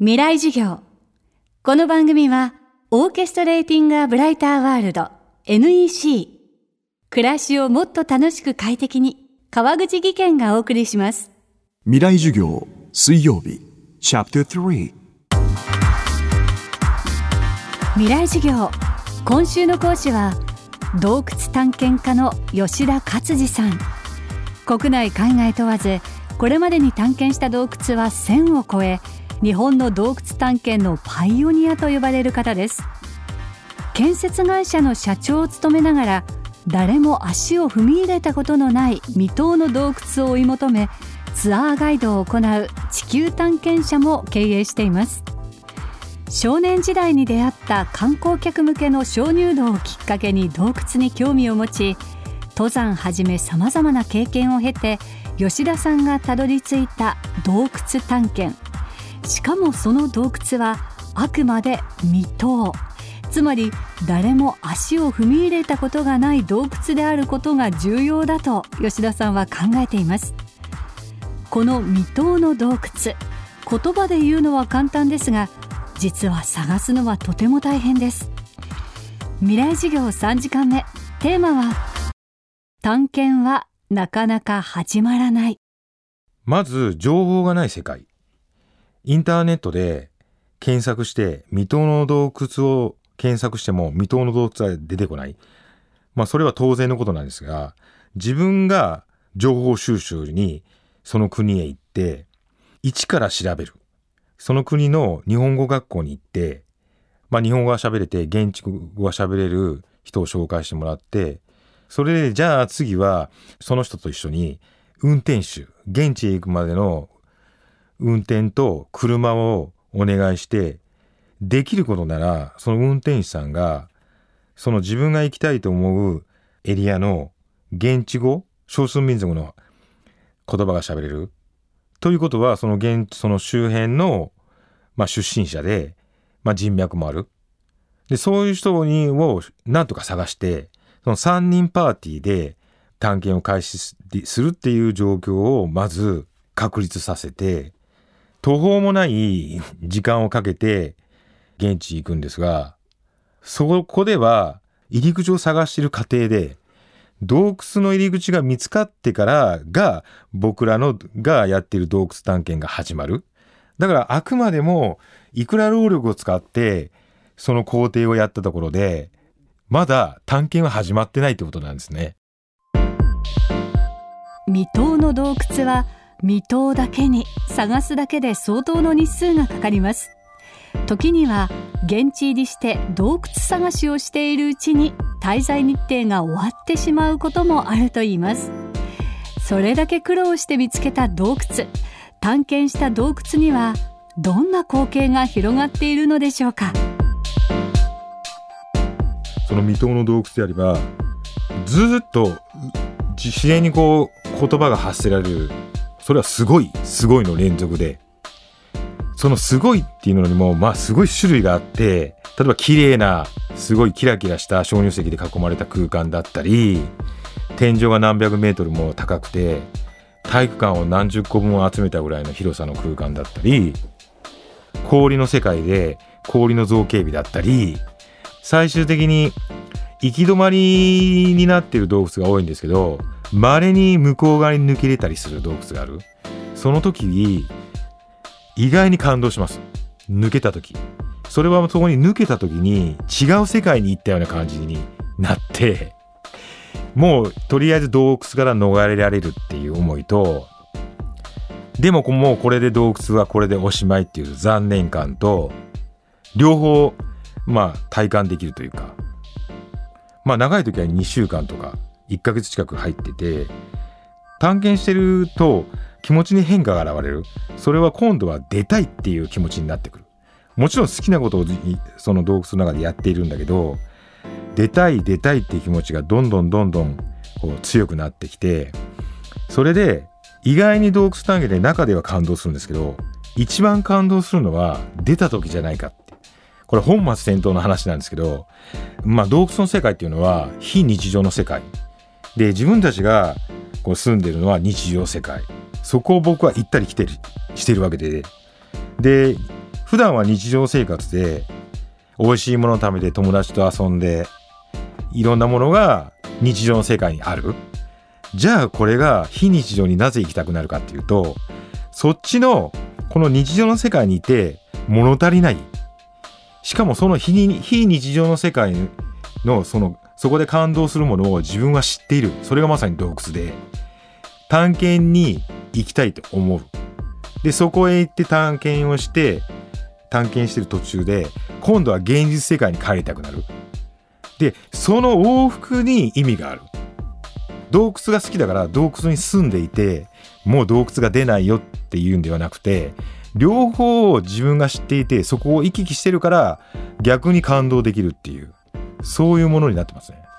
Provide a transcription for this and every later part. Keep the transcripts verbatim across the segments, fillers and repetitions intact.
未来授業。この番組はオーケストレーティング・ア・ブライター・ワールド エヌイーシー 暮らしをもっと楽しく快適に川口義賢がお送りします。 未来授業水曜日チャプタースリー未来授業、今週の講師は洞窟探検家の吉田勝次さん。国内海外問わずこれまでに探検した洞窟はせんを超え、日本の洞窟探検のパイオニアと呼ばれる方です。建設会社の社長を務めながら、誰も足を踏み入れたことのない未踏の洞窟を追い求め、ツアーガイドを行う地球探検者も経営しています。少年時代に出会った観光客向けの鍾乳洞をきっかけに洞窟に興味を持ち、登山はじめさまざまな経験を経て、吉田さんがたどり着いた洞窟探検。しかもその洞窟はあくまで未踏、つまり誰も足を踏み入れたことがない洞窟であることが重要だと吉田さんは考えています。この未踏の洞窟、言葉で言うのは簡単ですが、実は探すのはとても大変です。未来授業さんじかんめ、テーマは探検はなかなか始まらない。 まず情報がない世界。インターネットで検索して未踏の洞窟を検索しても未踏の洞窟は出てこない。まあそれは当然のことなんですが、自分が情報収集にその国へ行って一から調べる。その国の日本語学校に行って、まあ日本語が喋れて現地語が喋れる人を紹介してもらって、それでじゃあ次はその人と一緒に運転手、現地へ行くまでの運転と車をお願いして、できることならその運転手さんがその自分が行きたいと思うエリアの現地語、少数民族の言葉が喋れるということは、その現その周辺の、まあ、出身者で、まあ、人脈もある。でそういう人にをなんとか探して、そのさんにんパーティーで探検を開始するっていう状況をまず確立させて、途方もない時間をかけて現地に行くんですが、そこでは入り口を探している過程で、洞窟の入り口が見つかってからが僕らのがやっている洞窟探検が始まる。だからあくまでもいくら労力を使ってその工程をやったところで、まだ探検は始まってないってことなんですね。 未踏の洞窟は未踏だけに探すだけで相当の日数がかかります。時には現地入りして洞窟探しをしているうちに滞在日程が終わってしまうこともあるといいます。それだけ苦労して見つけた洞窟、探検した洞窟にはどんな光景が広がっているのでしょうか。 その未踏の洞窟であれば、ずっと自然にこう言葉が発せられる。それはすごいすごいの連続で、そのすごいっていうのにもまあすごい種類があって、例えば綺麗なすごいキラキラした鍾乳石で囲まれた空間だったり、天井が何百メートルも高くて体育館を何十個分集めたぐらいの広さの空間だったり、氷の世界で氷の造形美だったり、最終的に行き止まりになっている洞窟が多いんですけど、稀に向こう側に抜けれたりする洞窟がある。その時に意外に感動します。抜けた時、それはそこに抜けた時に違う世界に行ったような感じになって、もうとりあえず洞窟から逃れられるっていう思いと、でももうこれで洞窟はこれでおしまいっていう残念感と、両方まあ体感できるというか、まあ長い時はにしゅうかんとかいっかげつ近く入ってて、探検してると気持ちに変化が現れる。それは今度は出たいっていう気持ちになってくる。もちろん好きなことをその洞窟の中でやっているんだけど、出たい出たいっていう気持ちがどんどんどんどんこう強くなってきて、それで意外に洞窟探検で中では感動するんですけど、一番感動するのは出た時じゃないかって。これ本末転倒の話なんですけど、まあ洞窟の世界っていうのは非日常の世界で、自分たちがこう住んでるのは日常世界。そこを僕は行ったり来たりしてるわけで、で普段は日常生活で美味しいものを食べて友達と遊んでいろんなものが日常の世界にある。じゃあこれが非日常になぜ行きたくなるかっていうと、そっちのこの日常の世界にいて物足りない、しかもその非日常の世界のそのそこで感動するものを自分は知っている。それがまさに洞窟で、探検に行きたいと思う。でそこへ行って探検をして探検してる途中で今度は現実世界に帰りたくなる。でその往復に意味がある。洞窟が好きだから洞窟に住んでいてもう洞窟が出ないよっていうんではなくて、両方を自分が知っていてそこを行き来してるから逆に感動できるっていう、そういうものになってますね。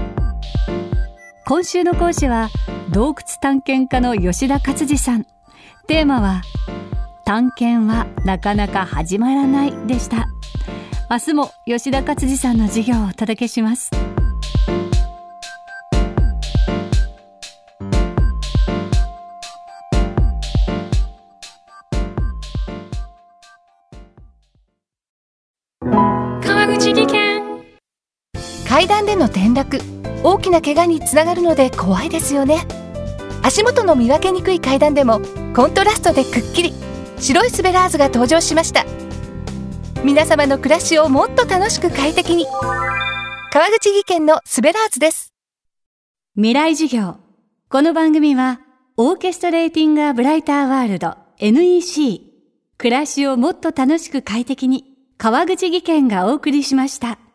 今週の講師は洞窟探検家の吉田勝次さん。テーマは探検はなかなか始まらないでした。明日も吉田勝次さんの授業をお届けします。 川口技研。階段での転落、大きな怪我につながるので怖いですよね。足元の見分けにくい階段でもコントラストでくっきり白いスベラーズが登場しました。皆様の暮らしをもっと楽しく快適に、川口技研のスベラーズです。 未来授業。この番組はオーケストレーティングアブライターワールド エヌイーシー、 暮らしをもっと楽しく快適に、川口技研がお送りしました。